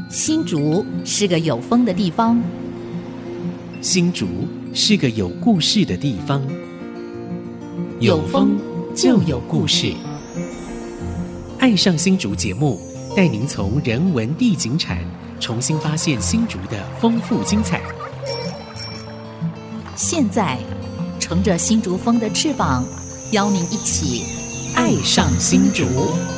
新竹是个有风的地方， 新竹是个有故事的地方，有风就有故事。爱上新竹节目，带您从人文地景产重新发现新竹的丰富精彩。 现在乘着新竹风的翅膀，邀您一起爱上新竹。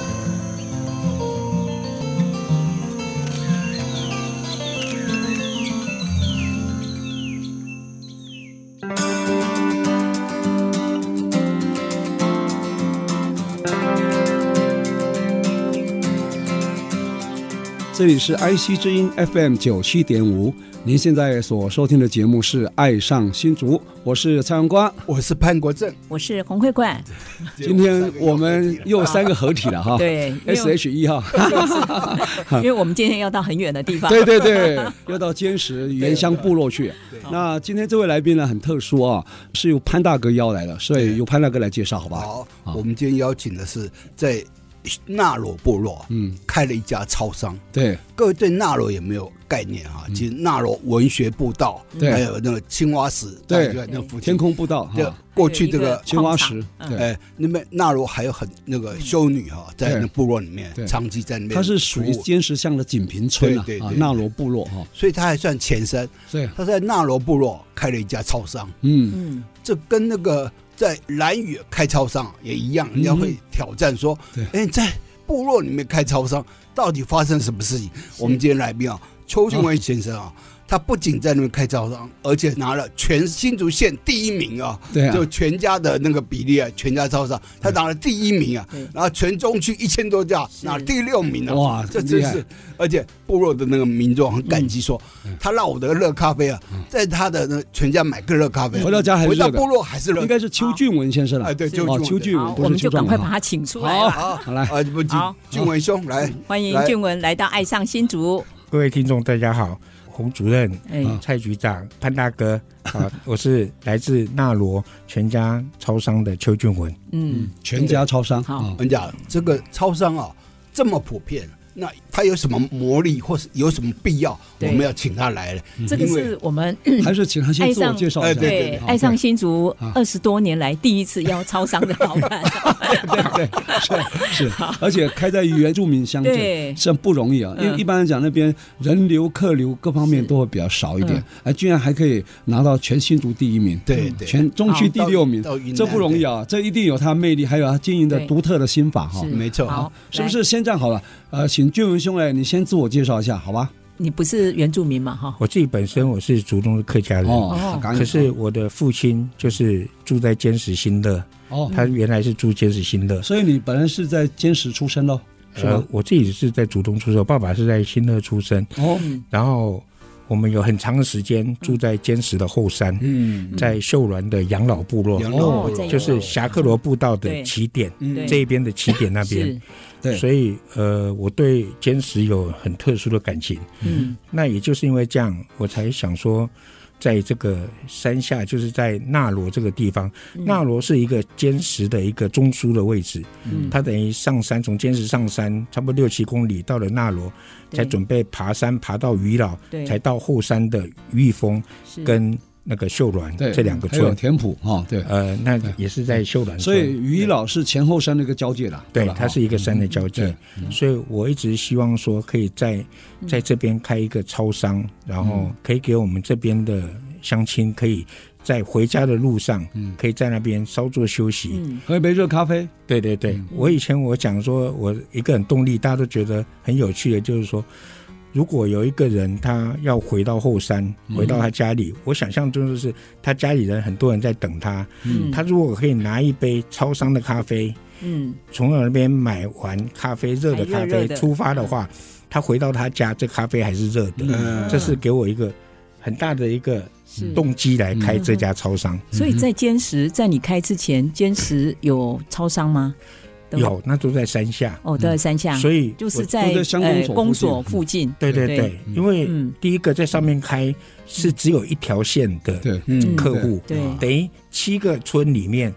这里是 IC 之音 FM 97.5，您现在所收听的节目是《爱上新竹》，我是蔡阳光， 我是潘国正， 我是洪慧冠。 今天我们又三个合体了哈， 对 ，SHE 哈， 因为我们今天要到很远的地方， 对对对，要到坚石原乡部落去。那今天这位来宾呢很特殊啊，是由潘大哥邀来的，所以由潘大哥来介绍，好吧？ 好，我们今天邀请的是在纳罗部落，开了一家超商。对，各位对纳罗有没有概念啊？其实纳罗文学步道，还有那个青蛙石，对，那附近天空步道， 过去这个青蛙石， 那边纳罗还有很那个修女哈，在那部落里面长期在那边， 它是属于坚石乡的锦屏村啊，纳罗部落哈， 所以它还算前身。对，他在纳罗部落开了一家超商，这跟那个在兰屿开超商也一样，人家会挑战说，在部落里面开超商到底发生什么事情？我们今天来宾啊，邱俊文先生啊，他不仅在那边开超商，而且拿了全新竹县第一名啊，就全家的那个比例啊，全家超商他拿了第一名啊，然后全中区1000多家拿了第6名啊，哇，这真是，而且部落的那个民众很感激说，他让我的热咖啡啊，在他的那全家买个热咖啡， 回到家还是回到部落还是热， 应该是邱俊文先生了， 对， 邱俊文， 我们就赶快把他请出来， 好来， 俊文兄来， 欢迎俊文来到爱上新竹。 各位听众大家好，洪主任、蔡局长、潘大哥，我是来自纳罗全家超商的邱俊文。 全家超商， 人家这个超商啊这么普遍，那他有什么魔力，或是有什么必要，我们要请他来了？ 这个是我们还是请他先自我介绍一下。 对，爱上新竹20多年来第一次邀超商的老板。 对，是，而且开在原住民乡镇，是不容易啊。因为一般来讲，那边人流、客流各方面都会比较少一点，居然还可以拿到全新竹第1名，对，全中区第6名，这不容易啊！这一定有他的魅力，还有他经营的独特的心法哈。 没错， 好，是不是先这样好了？请俊文兄来，你先自我介绍一下，好吧？ 你不是原住民嘛？哈， 我自己本身我是竹东的客家人，可是我的父亲就是住在坚石新乐，他原来是住坚石新乐， 所以你本来是在坚石出生咯？ 我自己是在竹东出生，爸爸是在新乐出生，然后我们有很长的时间住在坚石的后山，在秀峦的养老部落，就是侠客罗步道的起点，这一边的起点那边。对，所以我对坚石有很特殊的感情。那也就是因为这样，我才想说，在这个山下，就是在纳罗这个地方，纳罗是一个坚石的一个中枢的位置，它等于上山，从坚石上山差不多6-7公里，到了纳罗，才准备爬山，爬到渔老，才到后山的渔义峰跟那个秀峦这2个村，还有田埔对， 那也是在秀峦村， 所以渔老是前后山的一个交界啦， 对，它是一个山的交界，所以我一直希望说可以在这边开一个超商，然后可以给我们这边的乡亲可以在回家的路上，可以在那边稍作休息， 喝一杯热咖啡。 对对对，我以前我讲说，我一个很动力，大家都觉得很有趣的，就是说，如果有一个人他要回到后山，回到他家里，我想象中就是他家里人很多人在等他，他如果可以拿一杯超商的咖啡，从那边买完咖啡，热的咖啡出发的话，他回到他家，这咖啡还是热的，这是给我一个很大的一个动机来开这家超商。 所以在坚石，在你开之前，坚石有超商吗？ 有，那都在山下， 都在山下， 所所以就是在公所附近。 对对对，因为第一个在上面开是只有一条线的客户，等于7个村里面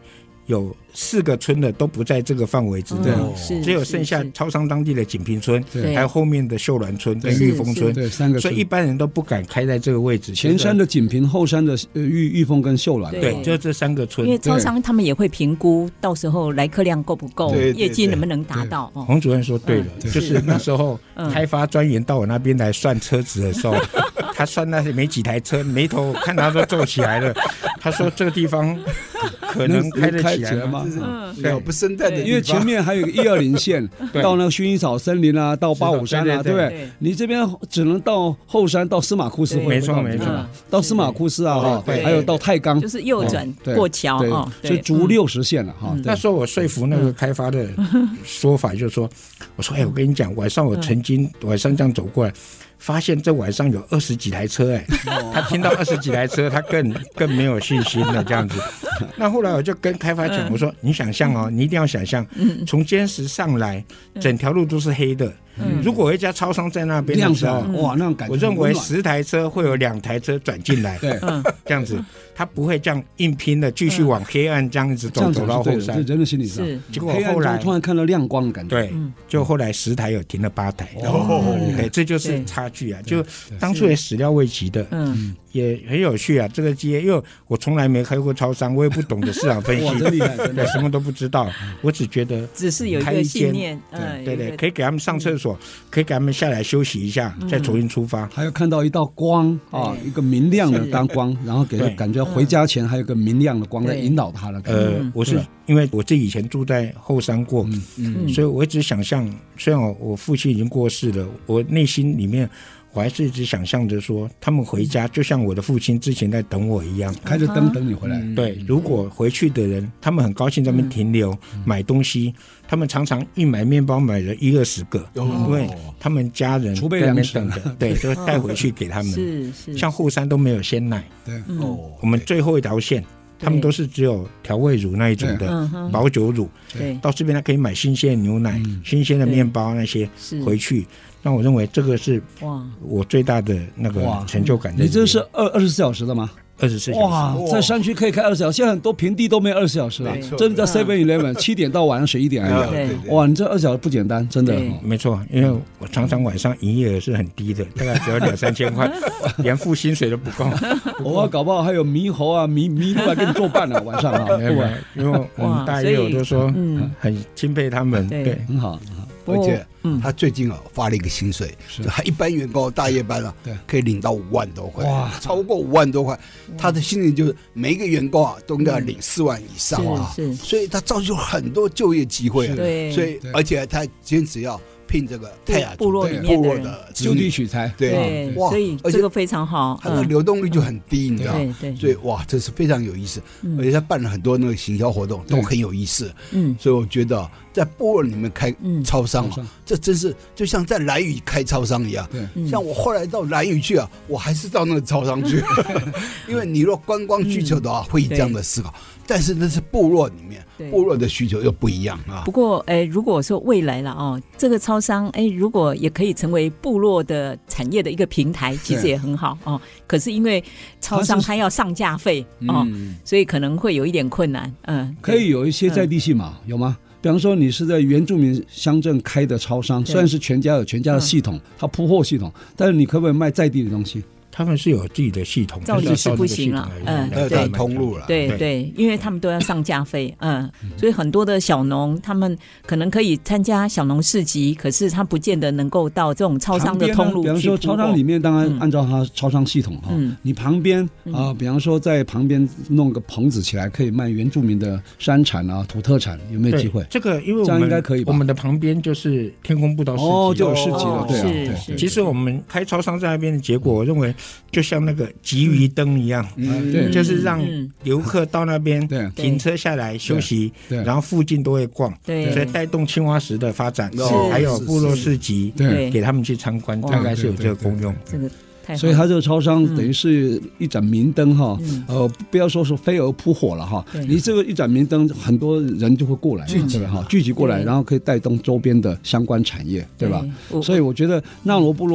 有4个村的都不在这个范围之内，只有剩下超商当地的锦屏村，还有后面的秀峦村跟玉峰村， 对，3个村， 所以一般人都不敢开在这个位置。 前山的锦屏，后山的玉峰跟秀峦， 对，就这3个村。 因为超商他们也会评估到时候来客量够不够，业绩能不能达到。 洪主任说对了，就是那时候开发专员到我那边来算车子的时候，他算那没几台车，眉头看他都皱起来了。他说这个地方可能开得起来吗？ 对，不生态的地方， 因为前面还有一个120线到那个薰衣草森林啊，到853啊，对不对？你这边只能到后山，到司马库斯， 没错没错， 到司马库斯啊，还有到太钢， 就是右转过桥啊， 所以逐60线了哈。 那时候我说服那个开发的说法就是说，我说我跟你讲，晚上我曾经晚上这样走过来。发现这晚上有20几台车他听到20几台车，他更没有信心了这样子。那后来我就跟开发讲，我说你想象哦，你一定要想象，从坚石上来，整条路都是黑的。如果有一家超商在那边的时候， 哇，那种感觉， 我认为10台车会有2台车转进来，对，这样子，他不会这样硬拼的继续往黑暗这样子走到后山。 人的心理上， 结果后来突然看到亮光的感觉， 对，就后来10台有停了8台，对，这就是差距啊！就当初也始料未及的，也很有趣啊。这个街，因为我从来没开过超商，我也不懂得市场分析， 真厉害， 对，什么都不知道。我只觉得只是有一个信念， 对，可以给他们上厕所，可以给他们下来休息一下，再重新出发。 还有看到一道光啊，一个明亮的灯光，然后给他感觉回家前还有个明亮的光在引导他的。 我是因为我自己以前住在后山过，所以我一直想象，虽然我父亲已经过世了，我内心里面。我还是一直想象着说，他们回家就像我的父亲之前在等我一样， 开着灯等你回来。 对，如果回去的人，他们很高兴在那边停留，买东西，他们常常一买面包买了10-20个，因为他们家人储备粮食等的，对，就带回去给他们。 是， 像后山都没有鲜奶，对，我们最后一条线。他们都是只有调味乳那一种的保酒乳，到这边他可以买新鲜的牛奶、新鲜的面包那些回去。那我认为这个是我最大的那个成就感。 你这是24小时的吗 ？24小时。 哇，在山区可以开24小时，现在很多平地都没有20小时了。真的在 7-11 7点到晚上11点而已。哇，你这20小时不简单，真的。 没错，因为我常常晚上营业额是很低的，大概只有2-3千块，连付薪水都不够。 我搞不好还有猕猴啊、麋鹿来跟你作伴呢，晚上啊。 因为我们大业友都说很钦佩他们，对， 很好。 而且他最近发了一个薪水，他一般员工大夜班可以领到5万多块，哇，超过5万多块。他的心里就是每一个员工都应该领4万以上啊，所以他造就很多就业机会。对，所以而且他坚持要聘这个泰雅部落里面的就地取材， 对，所以这个非常好， 他的流动率就很低，你知道，所以哇，这是非常有意思，而且他办了很多那个行销活动都很有意思，所以我觉得在部落里面开超商这真是就像在兰屿开超商一样。像我后来到兰屿去我还是到那个超商去，因为你若观光需求的话会这样的思考，但是那是部落里面，部落的需求又不一样啊。 不过如果说未来了这个超商如果也可以成为部落的产业的一个平台，其实也很好可是因为超商它要上架费所以可能会有一点困难。 可以有一些在地性嘛，有吗？比方说你是在原住民乡镇开的超商，虽然是全家有全家的系统，它铺货系统，但是你可不可以卖在地的东西？ 他们是有自己的系统， 照理是不行了， 对，通路了， 对，因为他们都要上架费，所以很多的小农他们可能可以参加小农市集，可是他不见得能够到这种超商的通路去。 比方说超商里面，当然按照他超商系统你旁边比方说在旁边弄个棚子起来，可以卖原住民的山产土特产，有没有机会？ 这个因为这样应该可以吧？ 我们的旁边就是天空步道市集， 就有市集了， 对。 其实我们开超商在那边的结果，我认为。就像那个集鱼灯一样，就是让游客到那边停车下来休息，然后附近都会逛，所以带动青蛙石的发展，还有部落市集，给他们去参观，大概是有这个功用。 所以它这个超商等于是一盏明灯不要说是飞蛾扑火了你这个一盏明灯，很多人就会过来，聚集过来，然后可以带动周边的相关产业，对吧？所以我觉得纳罗部落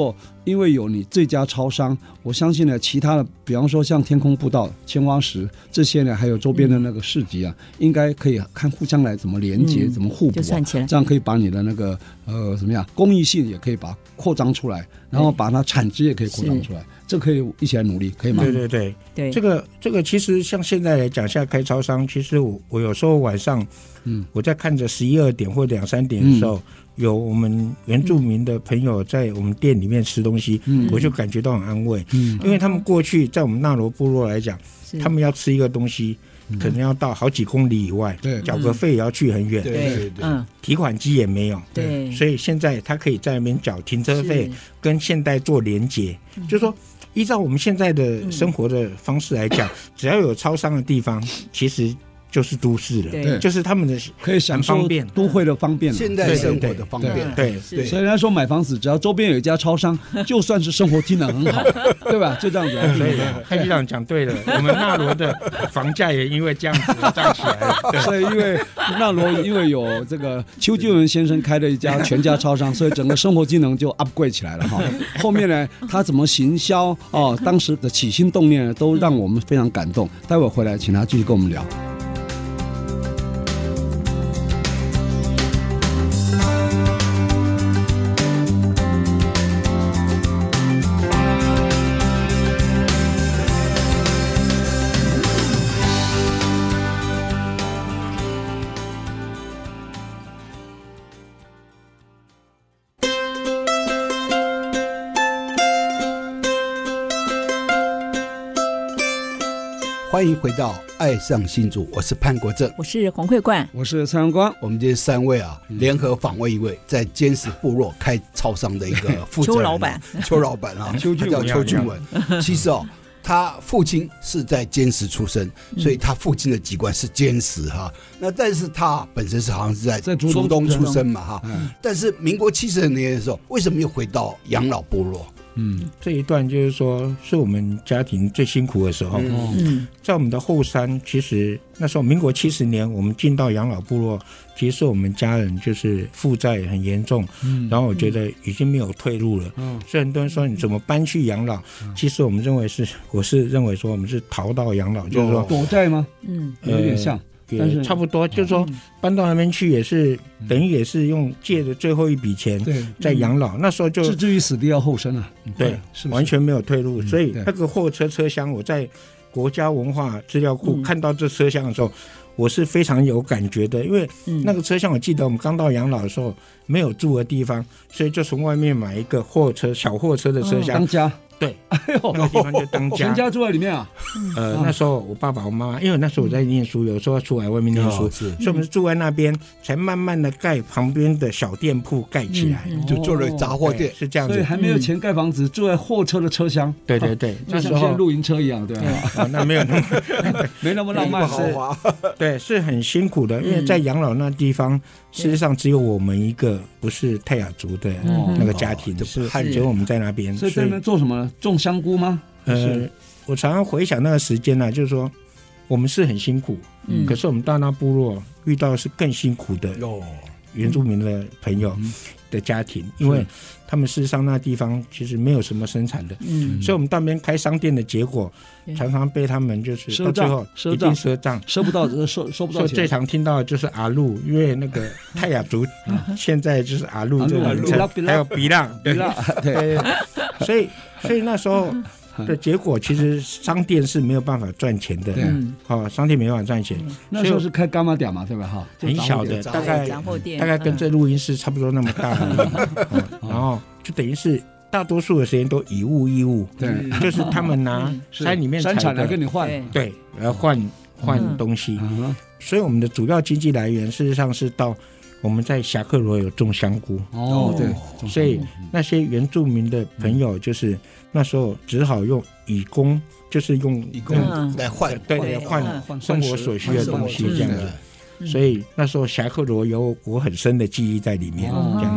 因为有你这家超商，我相信呢，其他的，比方说像天空步道、青蛙石这些呢，还有周边的那个市集啊，应该可以看互相来怎么连接，怎么互补、啊，这样可以把你的那个怎么样，公益性也可以把它扩张出来，然后把它产值也可以扩张出来，这可以一起来努力，可以吗？ 对，这个其实像现在来讲，现在开超商，其实我有时候晚上，我在看着11、2点或2、3点的时候。有我们原住民的朋友在我们店里面吃东西，我就感觉到很安慰，因为他们过去在我们纳罗部落来讲，他们要吃一个东西，可能要到好几公里以外，缴个费也要去很远，提款机也没有，所以现在他可以在那边缴停车费，跟现代做连结，就是说依照我们现在的生活的方式来讲，只要有超商的地方，其实就是都市了，就是他们的可以享受都会的方便， 现代生活的方便， 对，所以人家说买房子只要周边有一家超商，就算是生活机能很好，对吧？就这样子。 所以蔡局长讲对了，我们纳罗的房价也因为这样子涨起来了。 所以因为纳罗因为有这个邱救仁先生开的一家全家超商，所以整个生活机能就 upgrade 起来了哈。后面呢，他怎么行销当时的起心动念呢，都让我们非常感动。待会回来请他继续跟我们聊。 欢迎回到爱上新竹，我是潘国正， 我是黄慧冠， 我是蔡阳光。 我们这3位联合访问一位在坚石部落开超商的一个负责人邱老板他叫邱俊文。其实他父亲是在坚石出生，所以他父亲的籍贯是坚石那但是他本身是好像是在竹东出生嘛但是民国70年的时候，为什么又回到养老部落？ 这一段就是说是我们家庭最辛苦的时候。在我们的后山，其实那时候民国70年我们进到养老部落，其实我们家人就是负债很严重，然后我觉得已经没有退路了，所以很多人说你怎么搬去养老，其实我是认为说我们是逃到养老，就是说躲债吗？有点像， 也差不多，就是说搬到那边去也是等于也是用借的最后一笔钱在养老，那时候就置之于死地而后生啊， 对，完全没有退路。所以那个货车车厢，我在国家文化资料库看到这车厢的时候，我是非常有感觉的，因为那个车厢我记得我们刚到养老的时候没有住的地方，所以就从外面买一个小货车的车厢当家。 对，那个地方就当家， 全家住在里面啊。 那时候我爸爸我妈妈，因为那时候我在念书，有时候要出来外面念书，所以我们是住在那边，才慢慢的盖旁边的小店铺盖起来， 就做了杂货店， 是这样子。 所以还没有钱盖房子，住在货车的车厢。 对， 就像现在露营车一样，对吧？ 那没有那么没那么浪漫， 对，是很辛苦的，因为在养老那地方，事实上只有我们一个不是泰雅族的那个家庭，是只有我们在那边。 所以在那边做什么呢？种香菇吗？ 我常常回想那个时间就是说我们是很辛苦，可是我们到那部落遇到的是更辛苦的原住民的朋友的家庭，因为他们事实上那地方其实没有什么生产的，所以我们到那边开商店的结果，常常被他们就是到最后一定赊账， 收不到钱。 最常听到的就是阿路，因为那个泰雅族现在就是阿路这个名称，还有比浪，对，所以那时候的结果，其实商店是没有办法赚钱的，商店没办法赚钱。 那时候是开干妈店嘛，对吧？ 很小的，大概跟这录音室差不多那么大，然后就等于是大多数的时间都以物易物，对，就是他们拿山里面山产来跟你换， 对，然后换东西。所以我们的主要经济来源，事实上是到我们在侠客罗有种香菇，对，所以那些原住民的朋友就是。那时候只好用以工，就是用以工来换， 对，换生活所需的东西这样子。所以那时候侠客罗有我很深的记忆在里面，这样子。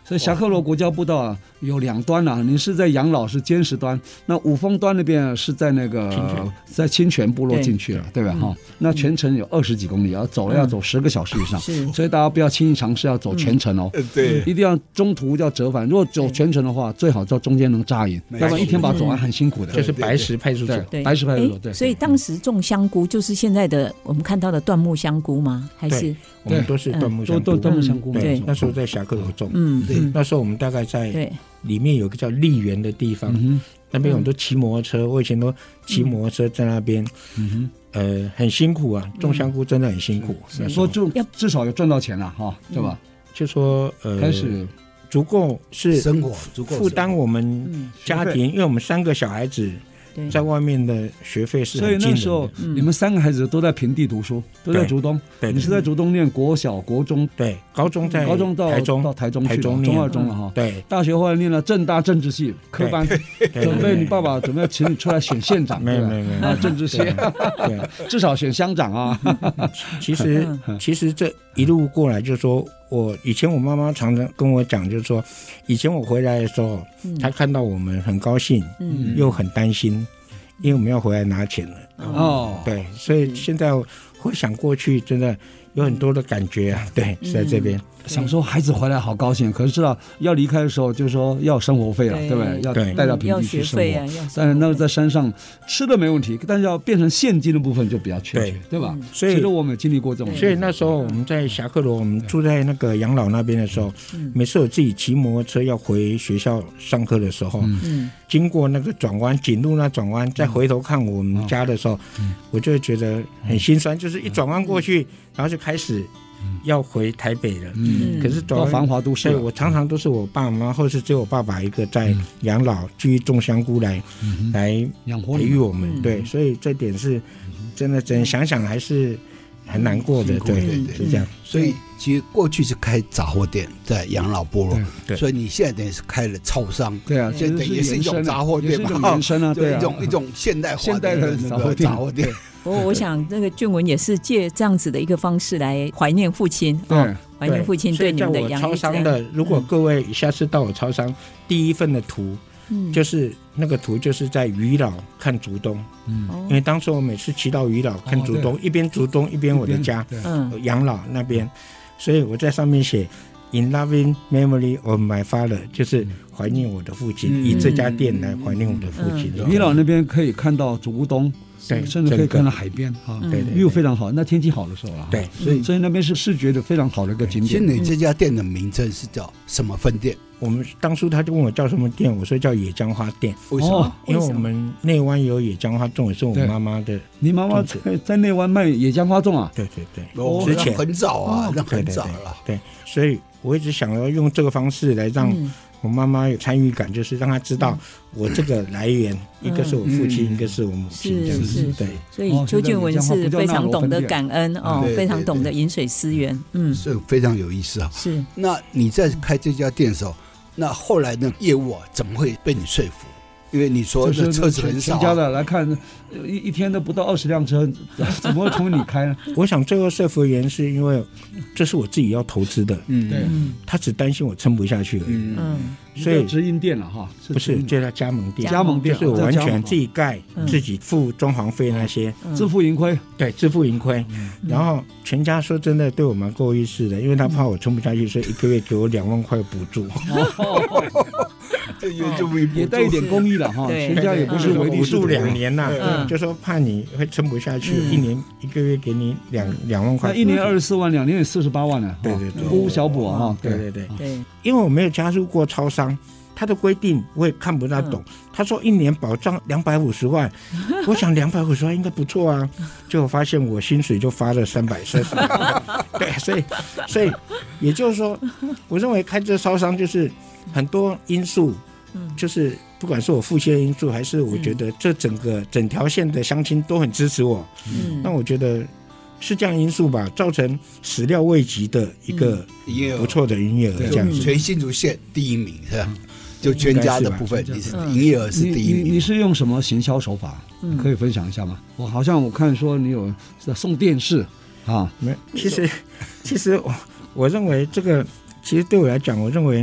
所以侠客罗国教步道啊有2端啊，你是在养老是坚实端，那五峰端那边是在那个在清泉部落进去了，对吧？哈，那全程有20几公里，要走10个小时以上，所以大家不要轻易尝试要走全程哦， 对， 一定要中途要折返。如果走全程的话，最好在中间能扎营，要不然一天把它走完很辛苦的。 就是白石派出所， 白石派出所，对。 所以当时种香菇就是现在的我们看到的椴木香菇吗？还是我们都是椴木香菇， 椴木香菇。 对，那时候在侠客罗种，对，那时候我们大概在里面有个叫丽园的地方，那边我们都骑摩托车，我以前都骑摩托车在那边，很辛苦啊，种香菇真的很辛苦。 说就至少有赚到钱了哈，对吧？ 就说开始足够是生活， 负担我们家庭，因为我们3个小孩子。在外面的学费是很惊人的， 所以那时候你们3个孩子都在平地读书，都在竹东。你是在竹东念国小、国中， 对，高中到台中去，中2中了哈。 对， 大学后来念了政大政治系科班，你爸爸准备请你出来选县长， 没有啊，政治系，至少选乡长啊。 其实这一路过来，就是说我以前我妈妈常常跟我讲，就是说以前我回来的时候，她看到我们很高兴，又很担心，因为我们要回来拿钱了。对，所以现在回想过去，真的有很多的感觉啊。对，是在这边。 想说孩子回来好高兴，可是知道要离开的时候，就是说要生活费了，对不对？要带到平地去生活。但是那在山上吃的没问题，但是要变成现金的部分就比较缺，对吧？所以其实我们有经历过这种。 所以那时候我们在侠客罗，我们住在那个养老那边的时候，每次我自己骑摩托车要回学校上课的时候，经过那个转弯，锦路那转弯，再回头看我们家的时候，我就会觉得很心酸，就是一转弯过去，然后就开始。要回台北了，可是到繁华都市， 我常常都是我爸妈，或是只有我爸爸一个在养老，继续种香菇来培育我们。对，所以这点是真的想想还是很难过的。对，是这样。 所以其实过去是开杂货店在养老部落，所以你现在等于是开了超商。 对啊， 现在也是一种杂货店嘛， 延伸啊，对啊， 一种现代化的杂货店。 我想那个俊文也是借这样子的一个方式来怀念父亲，怀念父亲对你们的养育。 超商的，如果各位下次到我超商，第一份的图，就是那个图就是在渔老看竹东，因为当时我每次骑到渔老看竹东，一边竹东一边我的家，养老那边，所以我在上面写 In loving memory of my father， 就是怀念我的父亲，以这家店来怀念我的父亲。 渔老那边可以看到竹东。对，甚至可以看到海边啊，又非常好。那天气好的时候啊， 对， 所以那边是视觉的非常好的一个景点。 现在这家店的名称是叫什么分店？ 我们当初他就问我叫什么店，我说叫野姜花店。 为什么？ 因为我们内湾有野姜花种，也是我妈妈的。 你妈妈在内湾卖野姜花种啊？ 对， 之前很早啊，那很早了。 对，所以我一直想要用这个方式来让我妈妈有参与感，就是让她知道我这个来源，一个是我父亲，一个是我母亲，这样子。对， 所以邱俊文是非常懂得感恩哦，非常懂得饮水思源， 是非常有意思啊。 是， 那你在开这家店的时候，那后来的业务怎么会被你说服？因为你说的车子很少， 全家的来看，一天都不到20辆车，怎么会从你开呢？ 我想最后说服原因是因为这是我自己要投资的， 对， 他只担心我撑不下去而已，所以直营店了哈， 不是就叫加盟店， 加盟店就是我完全自己盖，自己付装潢费那些， 自负盈亏， 对，自负盈亏。然后全家说真的对我蛮够意思的，因为他怕我撑不下去，所以1个月给我2万块补助。 这原住民也带一点公益了哈，全家也不是唯利是图， 补助2年呐，就说怕你会撑不下去，1年1个月给你2万块， 那1年24万，2年也48万呢， 对， 不无小补啊， 对，因为我没有加入过超商。他的规定我也看不大懂，他说1年保障250万，我想250万应该不错啊，结果发现我薪水就发了330万，对，所以也就是说，我认为开这超商就是很多因素，就是不管是我父亲的因素，还是我觉得这整条线的乡亲都很支持我，那我觉得是这样因素吧，造成始料未及的一个不错的营业额，这样子， 全新竹县第1名是吧？就全家的部分，你是营业额是第1名。 你是用什么行销手法？可以分享一下吗？我看说你有送电视啊， 没，其实我认为这个，其实对我来讲，我认为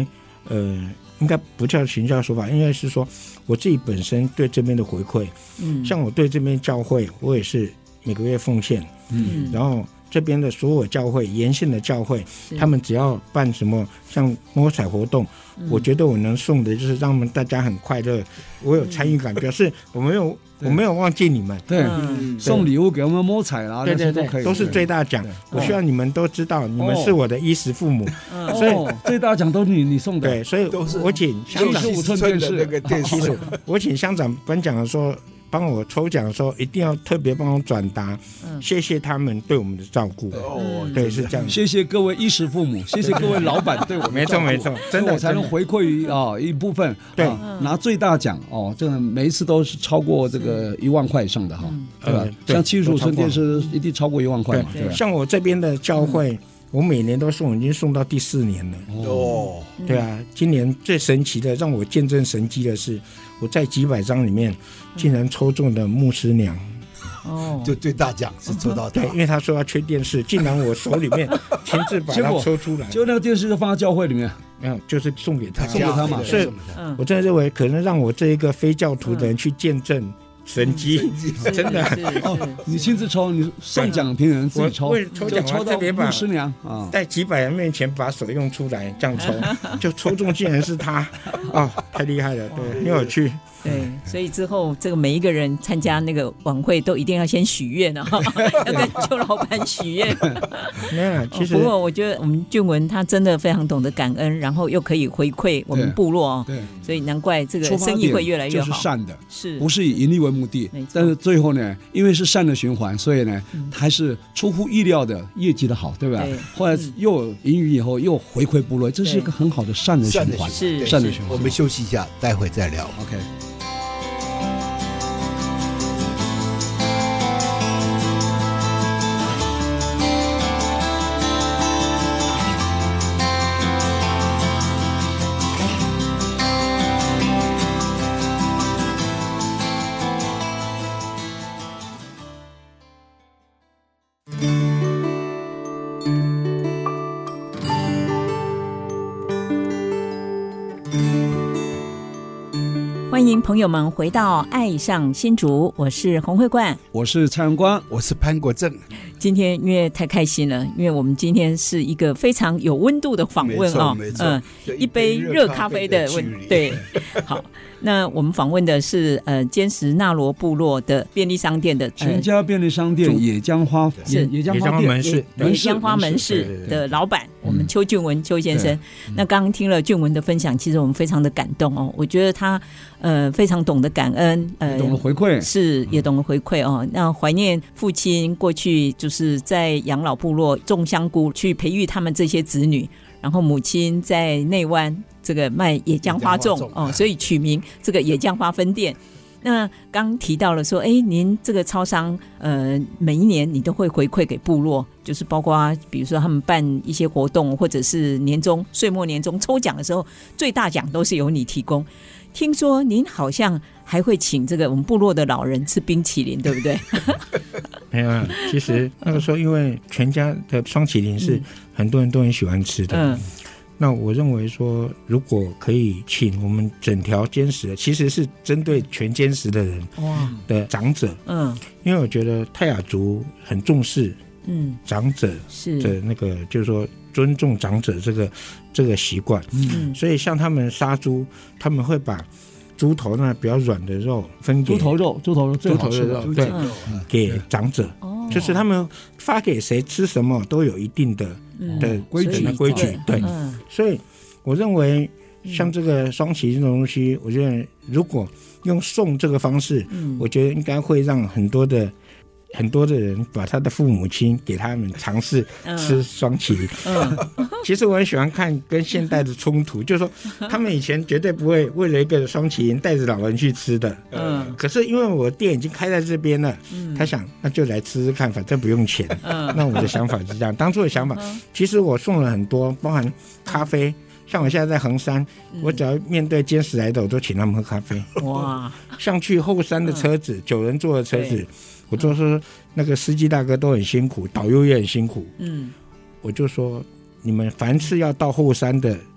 应该不叫行销手法，应该是说我自己本身对这边的回馈。像我对这边教会，我也是每个月奉献。然后这边的所有教会，沿线的教会，他们只要办什么像摸彩活动，我觉得我能送的就是让我们大家很快乐，我有参与感，表示我没有忘记你们。 对，送礼物给我们摸彩啦， 对对对，都是最大奖。我希望你们都知道，你们是我的衣食父母。所以最大奖都是你送的。 对，所以我请乡长 65寸电视那个电视， 我请乡长颁奖的时候，帮我抽奖的时候，一定要特别帮我转达，谢谢他们对我们的照顾。对，是这样。 谢谢各位衣食父母，谢谢各位老板对我们的照顾。 没错，真的， 我才能回馈于一部分。对，拿最大奖这个每一次都是超过这个1万块以上的哈，对吧？像75寸电视一定超过1万块嘛，对吧？ 像我这边的教会，我每年都送，已经送到第4年了。对啊，今年最神奇的，让我见证神迹的是，我在几百张里面竟然抽中的牧师娘。 就最大奖是抽到他。 对，因为他说要缺电视，竟然我手里面亲自把它抽出来。 就那个电视就放在教会里面， 没有，就是送给他嘛。 所以我真的认为，可能让我这一个非教徒的人去见证神迹，真的。 你亲自抽，你送奖评人自己抽， 抽奖抽到牧师娘在几百人面前把手用出来这样抽，就抽中竟然是他太厉害了，对，很有趣。 对，所以之后这个每一个人参加那个晚会都一定要先许愿要跟邱老板许愿。 没有，其实不过我觉得我们俊文他真的非常懂得感恩，然后又可以回馈我们部落对，所以难怪这个生意会越来越好。 就是善的， 是不是以盈利为目的？但是最后呢，因为是善的循环，所以呢，还是出乎意料的业绩的好，对吧？后来又有盈余以后又回馈部落，这是一个很好的善的循环。 是善的循环。 我们休息一下，待会再聊。 OK。 欢迎朋友们回到爱上新竹，我是洪慧冠， 我是蔡荣光， 我是潘国正。 今天因为太开心了，因为我们今天是一个非常有温度的访问一杯热咖啡的问对，好。那我们访问的是坚实纳罗部落的便利商店的全家便利商店野江花门市野江花门市的老板，我们邱俊文邱先生。那刚刚听了俊文的分享，其实我们非常的感动哦。我觉得他非常懂得感恩， 懂得回馈， 是也懂得回馈哦。那怀念父亲过去就是在养老部落种香菇，去培育他们这些子女。然后母亲在内湾这个卖野姜花粽所以取名这个野姜花分店。那刚提到了说，您这个超商每一年你都会回馈给部落，就是包括比如说他们办一些活动，或者是年终岁末年终抽奖的时候，最大奖都是由你提供。听说您好像还会请这个我们部落的老人吃冰淇淋，对不对？ 没有啊，其实那个时候因为全家的双淇淋是很多人都很喜欢吃的，那我认为说如果可以请我们整条坚实的，其实是针对全坚实的人的长者，因为我觉得泰雅族很重视长者的那个就是说尊重长者这个习惯，所以像他们杀猪，他们会把猪头那比较软的肉分给猪头肉最好吃的肉， 对，给长者，就是他们发给谁吃什么都有一定的规矩，对，所以我认为像这个双旗这种东西，我觉得如果用送这个方式，我觉得应该会让很多的人把他的父母亲给他们尝试吃双麒麟。其实我很喜欢看跟现代的冲突，就是说他们以前绝对不会为了一个双麒麟带着老人去吃的。可是因为我店已经开在这边了，他想那就来吃吃看，反正不用钱。那我的想法是这样，当初的想法，其实我送了很多，包含咖啡。像我现在在衡山，我只要面对坚实来的，我都请他们喝咖啡。哇！像去后山的车子，9人座的车子，我就说那个司机大哥都很辛苦，导游也很辛苦。我就说你们凡是要到后山的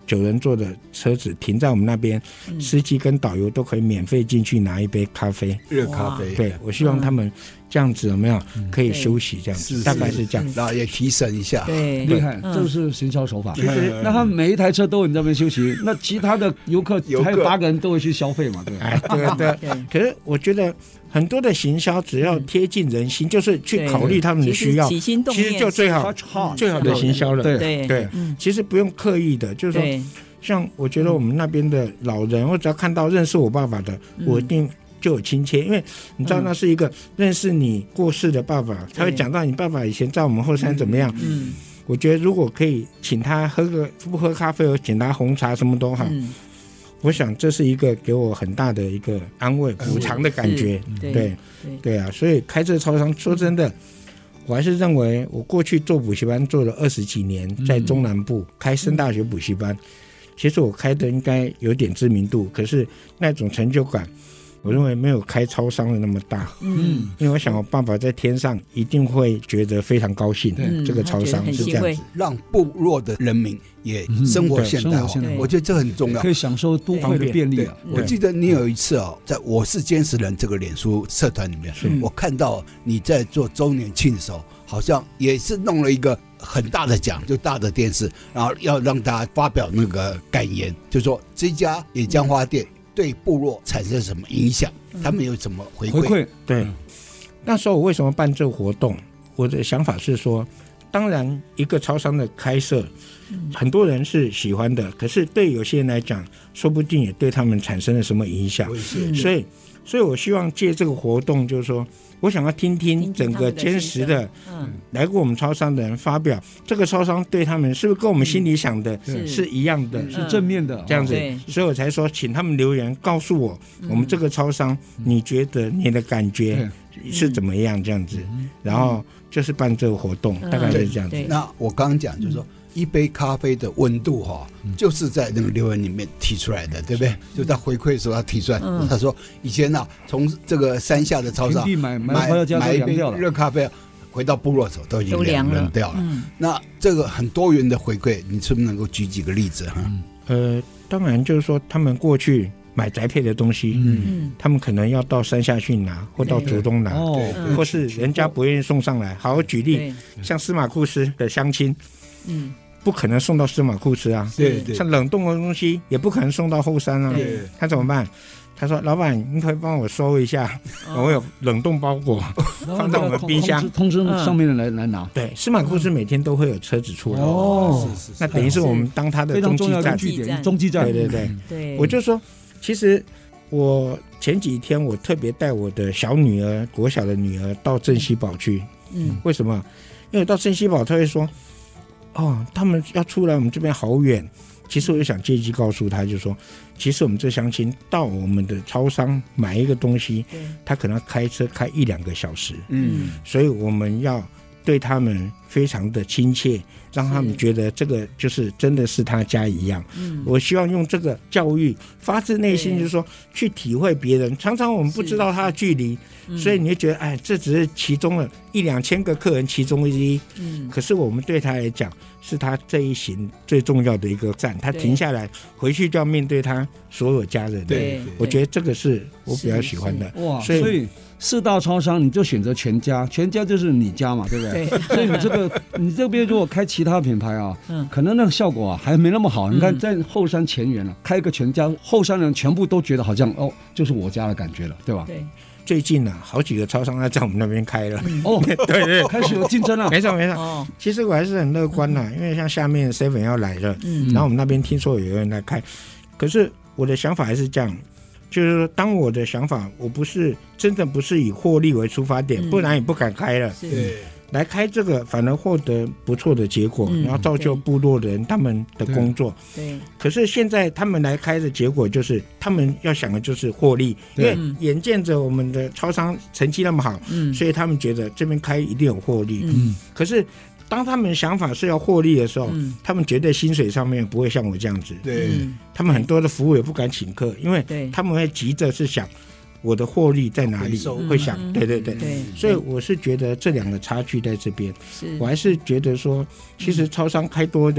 9人座的车子停在我们那边，司机跟导游都可以免费进去拿一杯咖啡， 热咖啡。 对，我希望他们这样子有没有可以休息这样子，大概是这样， 然后也提神一下。 对， 厉害，这是行销手法。那他每一台车都有你这边休息，那其他的游客还有8个人都会去消费嘛？对， 对。可是我觉得很多的行销只要贴近人心，就是去考虑他们的需要，其实就最好的行销了。对，其实不用刻意的，就是说，像我觉得我们那边的老人，我只要看到认识我爸爸的，我一定就有亲切，因为你知道那是一个认识你过世的爸爸，他会讲到你爸爸以前在我们后山怎么样。我觉得如果可以请他不喝咖啡，或请他红茶什么都好。我想这是一个给我很大的一个安慰补偿的感觉。对啊，所以开这个超商，说真的，我还是认为我过去做补习班做了20几年，在中南部开升大学补习班，其实我开的应该有点知名度，可是那种成就感我认为没有开超商的那么大。因为我想我爸爸在天上一定会觉得非常高兴。这个超商是这样子， 让部落的人民也生活现代化，我觉得这很重要， 可以享受都会的便利。 我记得你有一次在我是坚持人这个脸书社团里面，我看到你在做周年庆的时候，好像也是弄了一个很大的奖，就大的电视，然后要让大家发表那个感言，就说这家野姜花店对部落产生什么影响，他们有什么回馈。 对，那时候我为什么办这个活动，我的想法是说，当然一个超商的开设很多人是喜欢的，可是对有些人来讲说不定也对他们产生了什么影响。所以我希望借这个活动，就是说我想要听听整个坚实的来过我们超商的人发表，这个超商对他们是不是跟我们心里想的是一样的， 是正面的这样子。所以我才说请他们留言告诉我，我们这个超商你觉得你的感觉是怎么样这样子，然后就是办这个活动，大概就是这样子。 那我刚刚讲就是说一杯咖啡的温度就是在那个留言里面提出来的，对不对？就在回馈的时候他提出来，他说以前从这个山下的超商买一杯热咖啡，回到部落的时候都已经凉掉了。那这个很多元的回馈，你是不是能够举几个例子？ 当然就是说他们过去买宅配的东西，他们可能要到山下去拿，或到竹东拿，或是人家不愿意送上来。好，我举例，像司马库斯的乡亲，不可能送到司马库斯啊，像冷冻的东西也不可能送到后山啊，他怎么办？他说：“老板，你可以帮我收一下，我有冷冻包裹放在我们冰箱， 通知上面的人来拿。” 对，司马库斯每天都会有车子出来，那等于是我们当他的中继站。对，我就说，其实我前几天我特别带我的小女儿，国小的女儿到镇西堡去。为什么？因为到镇西堡，他会说。他们要出来我们这边好远。其实我就想借机告诉他，就是说其实我们这乡亲到我们的超商买一个东西，他可能要开车开1-2个小时。所以我们要对他们非常的亲切，让他们觉得这个就是真的是他家一样。我希望用这个教育发自内心，就是说去体会别人。常常我们不知道他的距离，所以你就觉得这只是其中的1-2千个客人其中之一。可是我们对他来讲是他这一行最重要的一个站，他停下来回去就要面对他所有家人。我觉得这个是我比较喜欢的。 所以4大超商你就选择全家就是你家嘛，对不对？所以你这边如果开其他品牌可能那个效果还没那么好。你看在后山前园开个全家，后山人全部都觉得好像就是我家的感觉了，对吧？ 对。最近好几个超商在我们那边开了。 对，开始有竞争了。 没错。其实我还是很乐观的，因为像下面 7 要来了，然后我们那边听说有人来开，可是我的想法还是这样。就是说当我的想法，我真的不是以获利为出发点，不然也不敢开了。来开这个反而获得不错的结果，然后造就部落的人他们的工作。可是现在他们来开的结果就是他们要想的就是获利，因为眼见着我们的超商成绩那么好，所以他们觉得这边开一定有获利。可是当他们想法是要获利的时候，他们绝对薪水上面不会像我这样子。他们很多的服务也不敢请客，因为他们会急着是想我的获利在哪里，会想。对，所以我是觉得这两个差距在这边。我还是觉得说其实超商开多的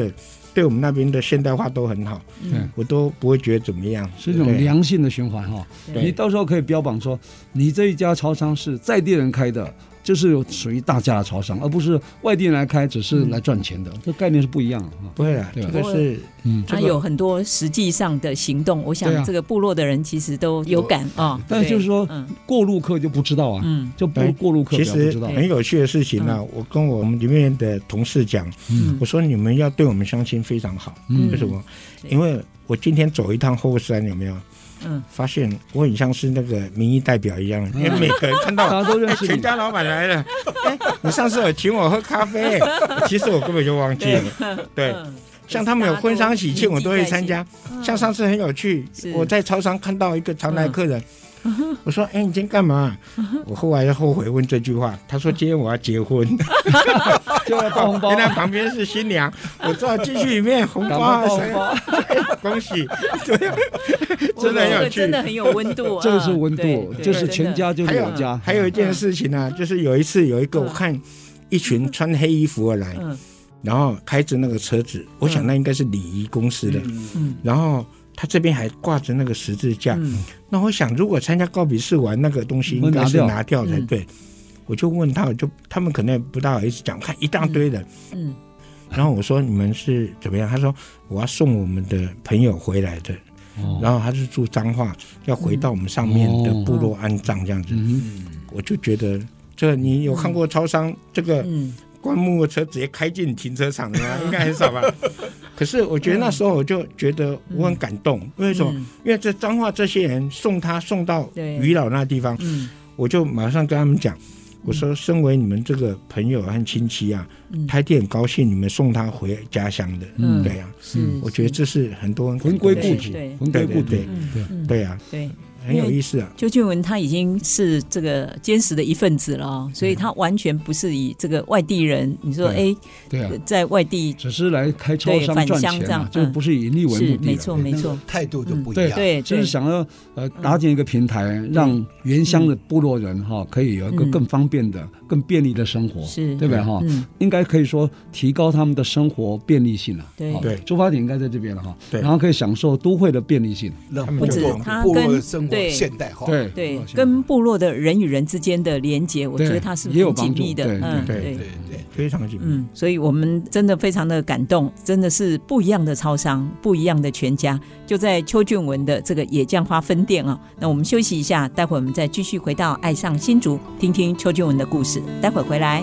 对我们那边的现代化都很好，我都不会觉得怎么样， 是一种良性的循环哈。你到时候可以标榜说，你这一家超商是在地人开的，就是属于大家的超商，而不是外地人来开只是来赚钱的，这概念是不一样的。 不会啦，这个是它有很多实际上的行动，我想这个部落的人其实都有感啊。 但就是说过路客就不知道啊，就过路客其实很有趣的事情啊，我跟我们里面的同事讲，我说你们要对我们乡亲非常好，为什么？因为我今天走一趟后山，有没有？发现我很像是那个民意代表一样，因为每个人看到大家都认识全家老板来了，你上次有请我喝咖啡，其实我根本就忘记了。对，像他们有婚丧喜庆，我都会参加。像上次很有趣，我在超商看到一个常来客人，我说：“你今天干嘛？”我后来后悔问这句话，他说：“今天我要结婚。”就要包红包，原来旁边是新娘，我知道进去里面红包，恭喜，真的很有趣， 真的很有温度， 这个是温度，就是全家就是有家。 还有一件事情呢，就是有一次有一个我看一群穿黑衣服而来，然后开着那个车子，我想那应该是礼仪公司的，然后他这边还挂着那个十字架，那我想如果参加告别式完那个东西应该是拿掉才对。我就问他们可能不大好意思讲，看一大堆人，然后我说你们是怎么样？他说我要送我们的朋友回来的，然后他是住彰化，要回到我们上面的部落安葬这样子。我就觉得这你有看过超商这个棺木的车直接开进停车场的吗？应该很少吧。可是我觉得那时候我就觉得我很感动，为什么？因为这彰化这些人送到渔老那地方，我就马上跟他们讲。我说身为你们这个朋友和亲戚啊，他一定很高兴你们送他回家乡的，对啊，我觉得这是很多魂归故土，魂归故土， 对啊，很有意思啊。 邱俊文他已经是这个坚实的一份子了，所以他完全不是以这个外地人，你说在外地只是来开超商赚钱嘛，就不是以盈利为目的， 没错没错， 态度就不一样。 对， 就是想要搭建一个平台，让原乡的部落人可以有一个更方便的、更便利的生活，对不对哈？应该可以说提高他们的生活便利性了。 对， 出发点应该在这边了哈。然后可以享受都会的便利性， 不止他跟现代化， 对，跟部落的人与人之间的连结，我觉得它是很紧密的， 对，非常紧密。 所以我们真的非常的感动，真的是不一样的超商，不一样的全家，就在邱俊文的这个野酱花分店啊。那我们休息一下，待会我们再继续回到爱上新竹，听听邱俊文的故事。待会回来。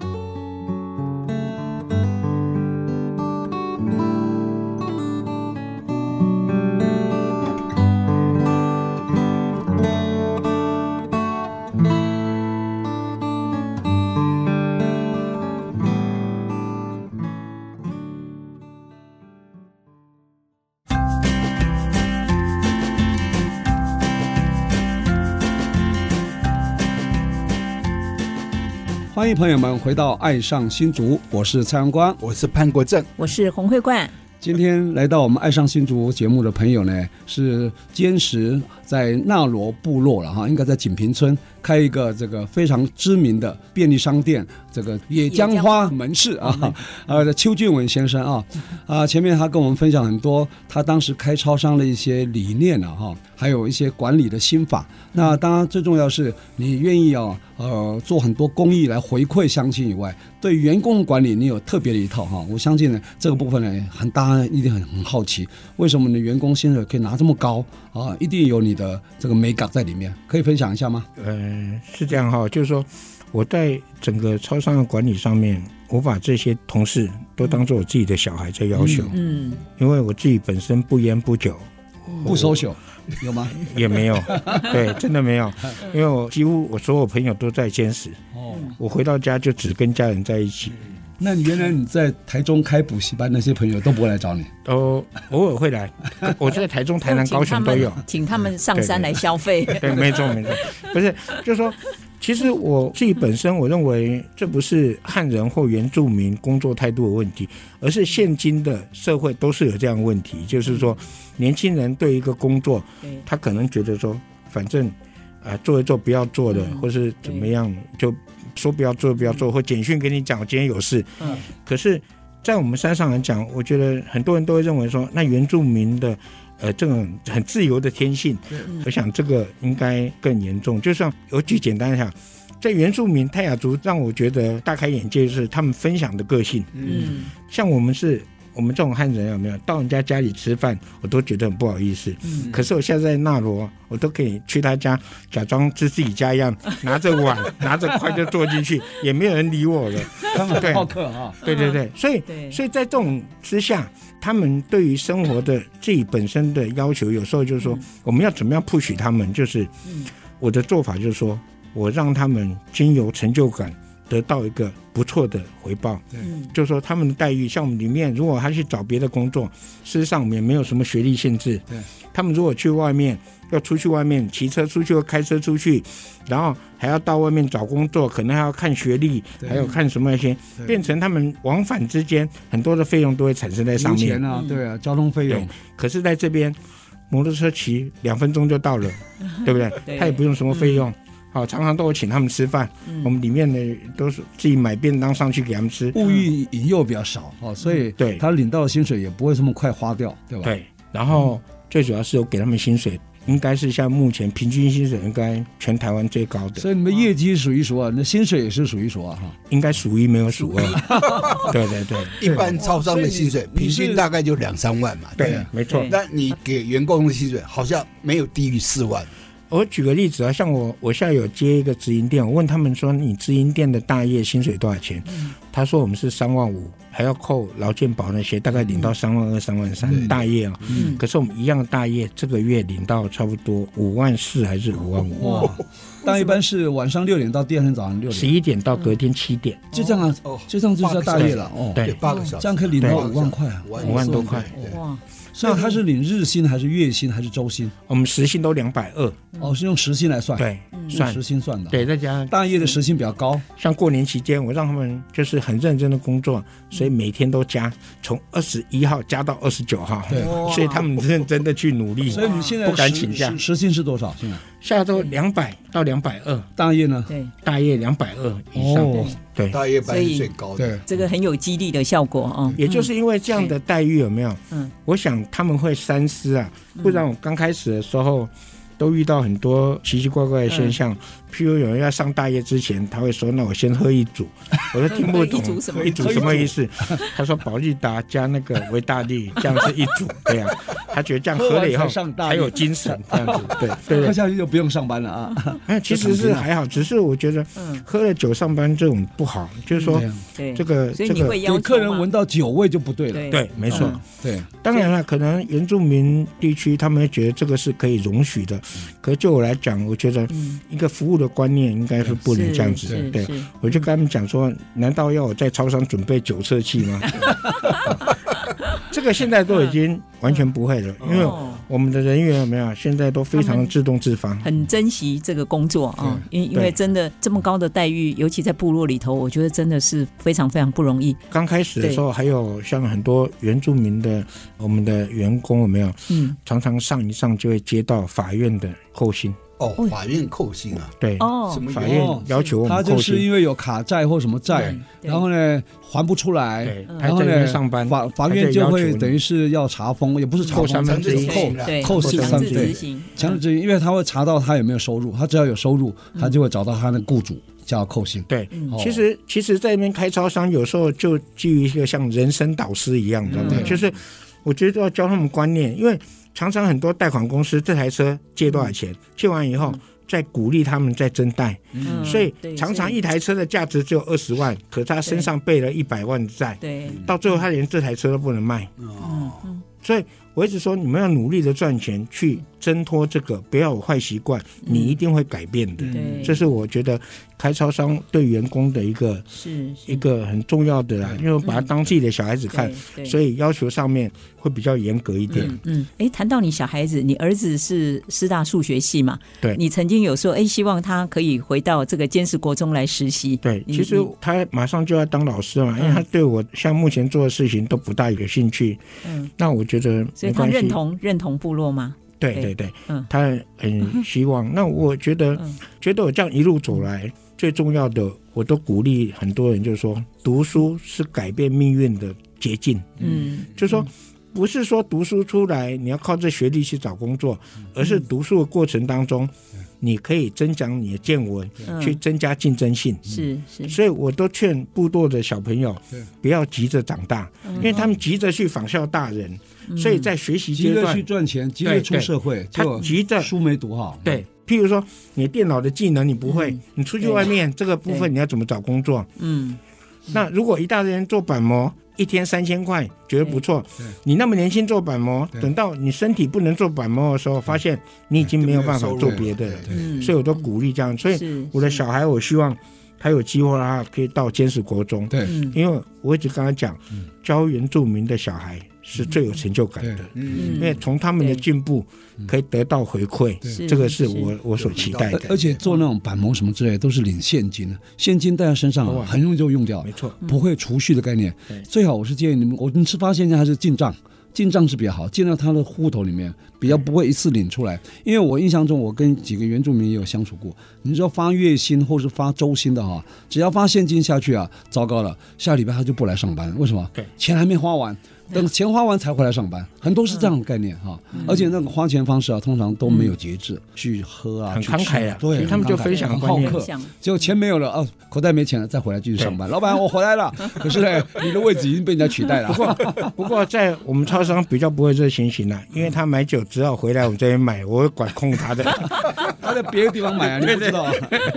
欢迎朋友们回到爱上新竹，我是蔡阳光， 我是潘国正， 我是洪慧冠。 今天来到我们爱上新竹节目的朋友呢，是坚持在纳罗部落了哈，应该在锦屏村开一个这个非常知名的便利商店，这个野姜花门市啊，邱俊文先生前面他跟我们分享很多他当时开超商的一些理念哈，还有一些管理的心法。那当然最重要是你愿意做很多公益来回馈乡亲以外，对员工的管理你有特别的一套哈。我相信呢这个部分呢，大家一定很好奇，为什么你的员工薪水可以拿这么高啊？一定有你的这个美感在里面，可以分享一下吗？ 是这样哈，就是说我在整个超商的管理上面，我把这些同事都当作我自己的小孩在要求，因为我自己本身不烟不酒， 不收酒。有吗？ 也没有，对，真的没有，因为我几乎我所有朋友都在坚持，我回到家就只跟家人在一起。 那原来你在台中开补习班，那些朋友都不会来找你？ 偶尔会来，我在台中、台南、高雄都有， 请他们上山来消费。 对，没错，不是，就是说。其实我自己本身我认为这不是汉人或原住民工作态度的问题，而是现今的社会都是有这样的问题，就是说年轻人对一个工作他可能觉得说反正做一做不要做的，或是怎么样就说不要做，或简讯跟你讲我今天有事，可是在我们山上来讲，我觉得很多人都会认为说，那原住民的这种很自由的天性，我想这个应该更严重。就像我举简单讲，在原住民泰雅族让我觉得大开眼界，就是他们分享的个性。像我们这种汉人有没有到人家家里吃饭，我都觉得很不好意思。可是我现在在纳罗，我都可以去他家假装是自己家一样，拿着碗拿着筷就坐进去，也没有人理我了。 他们好客啊！ 对，所以在这种之下，他们对于生活的自己本身的要求，有时候就是说，我们要怎么样 push 他们，就是我的做法就是说，我让他们经由成就感得到一个不错的回报。就是说他们的待遇，像我们里面如果他去找别的工作，事实上我们也没有什么学历限制。他们如果去外面要出去外面骑车出去或开车出去，然后还要到外面找工作，可能还要看学历，还有看什么一些，变成他们往返之间很多的费用都会产生在上面。 钱啊，对啊，交通费用。 可是在这边摩托车骑2分钟就到了，对不对？他也不用什么费用。好，常常都有请他们吃饭，我们里面的都是自己买便当上去给他们吃， 物欲引诱比较少，所以他领到的薪水也不会这么快花掉，对吧？ 对，然后最主要是有给他们薪水，应该是像目前平均薪水应该全台湾最高的， 所以你们业绩数一数二，那薪水也是数一数二哈， 应该数一没有数二。对， 一般超商的薪水平均大概就2-3万嘛， 对，没错。 那你给员工的薪水好像没有低于4万。 我举个例子啊，像我现在有接一个直营店，我问他们说，你直营店的大业薪水多少钱？他说我们是3万5，还要扣劳健保那些，大概领到3万2、3万3大业啊。可是我们一样的大业，这个月领到差不多5万4还是5万5。 哇！但一般是晚上6点到第二天早上6点 ，11点到隔天7点， 就这样啊，就这样就叫大业了。 对 ，8个小时， 这样可以领到5万块啊 ，5万多块。 哇！所以他是领日薪还是月薪还是周薪？ 我们时薪都220。 是用时薪来算。 对， 算时薪算的。 对，再加上大业的时薪比较高。 像过年期间，我让他们就是很认真的工作，所以每天都加，从21号加到29号。对，所以他们认真的去努力。 所以你现在不敢请假。 时薪是多少？现在下周200到220。 大业呢？ 对， 大业220以上。对， 大业班是最高的。 对，这个很有激励的效果啊。 也就是因为这样的待遇有没有？我想他们会三思啊，不然我刚开始的时候都遇到很多奇奇怪怪的现象。譬如有人要上大业之前，他会说：“那我先喝一组。”我都听不懂一组什么意思。他说：“保利达加那个维大利，这样是一组。”对呀，他觉得这样喝了以后才有精神，这样子。对， 喝下去就不用上班了啊。 其实是还好，只是我觉得喝了酒上班这种不好，就是说这个客人闻到酒味就不对了。 对，没错。 对， 当然了，可能原住民地区他们会觉得这个是可以容许的，可是就我来讲，我觉得一个服务的观念应该是不能这样子。对，我就跟他们讲说，难道要我在超商准备酒测器吗？这个现在都已经完全不会了，因为我们的人员有没有现在都非常自动自发， 很珍惜这个工作啊。因为真的这么高的待遇，尤其在部落里头，我觉得真的是非常非常不容易。 刚开始的时候，还有像很多原住民的我们的员工有没有？常常上一上就会接到法院的扣薪。 法院扣薪啊？ 对，法院要求我们扣薪， 他就是因为有卡债或什么债，然后呢还不出来，然后呢上班， 法院就会等于是要查封，也不是查封， 扣 3/1，扣4/3，强制执行，因为他会查到他有没有收入，他只要有收入，他就会找到他的雇主叫扣薪。 对，其实在那边开超商，有时候就基于一个像人生导师一样的，就是我觉得要教他们观念，因为常常很多贷款公司这台车借多少钱，借完以后再鼓励他们再增贷，所以常常一台车的价值只有20万，可是他身上背了100万的债，到最后他连这台车都不能卖。所以我一直说，你们要努力的赚钱，去挣脱这个，不要有坏习惯，你一定会改变的。这是我觉得开超商对员工的一个很重要的啦，因为我把他当自己的小孩子看，所以要求上面会比较严格一点。 谈到你小孩子，你儿子是师大数学系嘛？对，你曾经有说，希望他可以回到这个坚实国中来实习。 对，其实他马上就要当老师嘛，因为他对我像目前做的事情都不大有兴趣。那我觉得， 所以他认同部落吗？ 对，他很希望。那我觉得我这样一路走来，最重要的，我都鼓励很多人，就是说，读书是改变命运的捷径。就是说不是说读书出来你要靠这学历去找工作，而是读书的过程当中你可以增长你的见闻，去增加竞争性。 是， 所以我都劝部落的小朋友不要急着长大，因为他们急着去仿效大人，所以在学习阶段急着去赚钱，急着出社会， 他急着书没读好。 对，譬如说你电脑的技能你不会，你出去外面这个部分你要怎么找工作？那如果一大堆人做板模，一天3000块觉得不错，你那么年轻做板模，等到你身体不能做板模的时候，发现你已经没有办法做别的了。所以我都鼓励这样，所以我的小孩我希望他有机会他可以到坚实国中，对，因为我一直跟他讲，教原住民的小孩是最有成就感的，因为从他们的进步可以得到回馈，这个是我所期待的。 而且做那种板模什么之类的都是领现金的，现金带在身上很容易就用掉， 没错， 不会储蓄的概念。最好我是建议你们，我们是发现金还是进账？进账是比较好，进到他的户头里面，比较不会一次领出来。因为我印象中，我跟几个原住民也有相处过。你说发月薪或是发周薪的哈，只要发现金下去啊，糟糕了，下礼拜他就不来上班。为什么？钱还没花完。等钱花完才回来上班，很多是这样的概念哈。而且那个花钱方式啊，通常都没有节制，去喝啊， 很慷慨啊， 对， 他们就分享好客。结果钱没有了口袋没钱了，再回来继续上班。老板，我回来了，可是呢，你的位置已经被人家取代了。 不过在我们超商比较不会这情形啦，因为他买酒只要回来我们这边买，我会管控他的。 他在别的地方买啊，你不知道。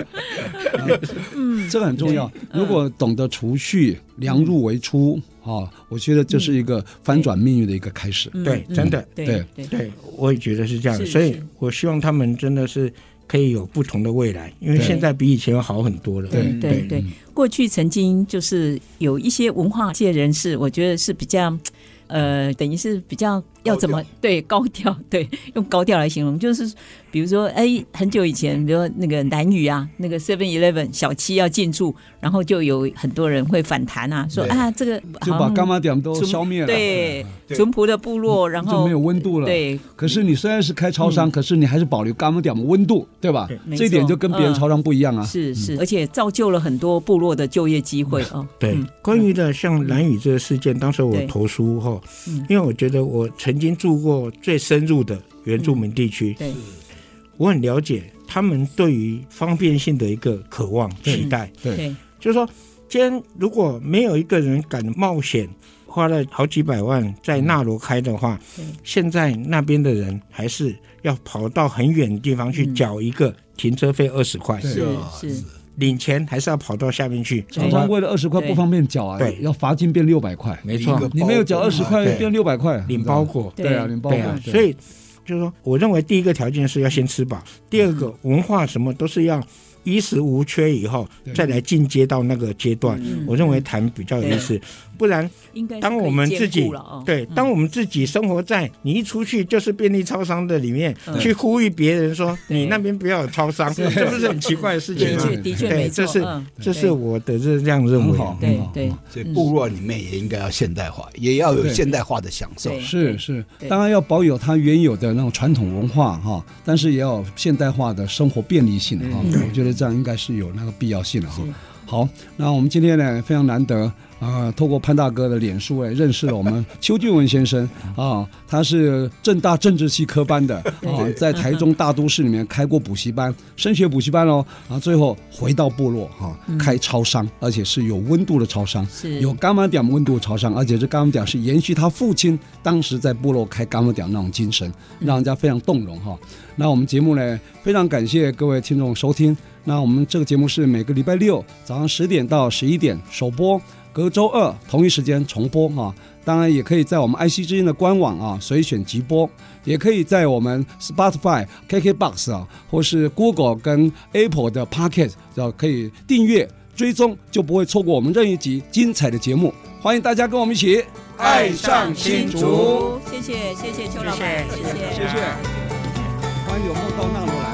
这个很重要。如果懂得储蓄，量入为出。我觉得这是一个翻转命运的一个开始。 对，真的，对，我也觉得是这样的。所以我希望他们真的是可以有不同的未来，因为现在比以前要好很多了。 对，过去曾经就是有一些文化界人士，我觉得是比较等于是比较要怎么高调，用高调来形容，就是比如说很久以前，比如说那个南语啊，那个 7-11 小七要进驻，然后就有很多人会反弹啊，说这个就把柑仔店都消灭了， 对，淳朴的部落，然后就没有温度了。对，可是你虽然是开超商，可是你还是保留柑仔店的温度，对吧？这一点就跟别人超商不一样啊。 是，而且造就了很多部落的就业机会哦。 对，关于的像兰屿这个事件，当时我投书后，因为我觉得我曾经住过最深入的原住民地区，我很了解他们对于方便性的一个渴望期待。对，就是说今天如果没有一个人敢冒险花了好几百万在纳罗开的话，现在那边的人还是要跑到很远的地方去缴一个停车费20块， 是领钱还是要跑到下面去， 常常为了20块不方便缴啊，对，要罚金变600块， 没错， 你没有缴20块变600块， 领包裹， 对啊，领包裹， 所以就是说，我认为第一个条件是要先吃饱，第二个文化什么都是要衣食无缺以后再来进阶到那个阶段，我认为谈比较有意思。不然当我们自己当我们自己生活在你一出去就是便利超商的里面，去呼吁别人说你那边不要有超商，这不是很奇怪的事情吗？ 的确没错， 这是我的这样认为。 对， 所以部落里面也应该要现代化，也要有现代化的享受。 是，当然要保有它原有的那种传统文化哈，但是也要有现代化的生活便利性哈。我觉得这样应该是有那个必要性的哈。好，那我们今天呢非常难得透过潘大哥的脸书认识了我们邱俊文先生他是政大政治系科班的在台中大都市里面开过补习班，升学补习班然后最后回到部落开超商，而且是有温度的超商，有柑仔店温度的超商，而且这柑仔店是延续他父亲当时在部落开柑仔店那种精神，让人家非常动容那我们节目呢非常感谢各位听众收听，那我们这个节目是每个礼拜6早上10点到11点首播，隔周2同一时间重播当然也可以在我们 IC 之音的官网随选即播，也可以在我们 Spotify、KKBOX 或是 Google 跟 Apple 的 Podcast 可以订阅追踪，就不会错过我们任一集精彩的节目。欢迎大家跟我们一起爱上新竹。 谢谢邱老板，谢谢。 欢迎有空到那罗来。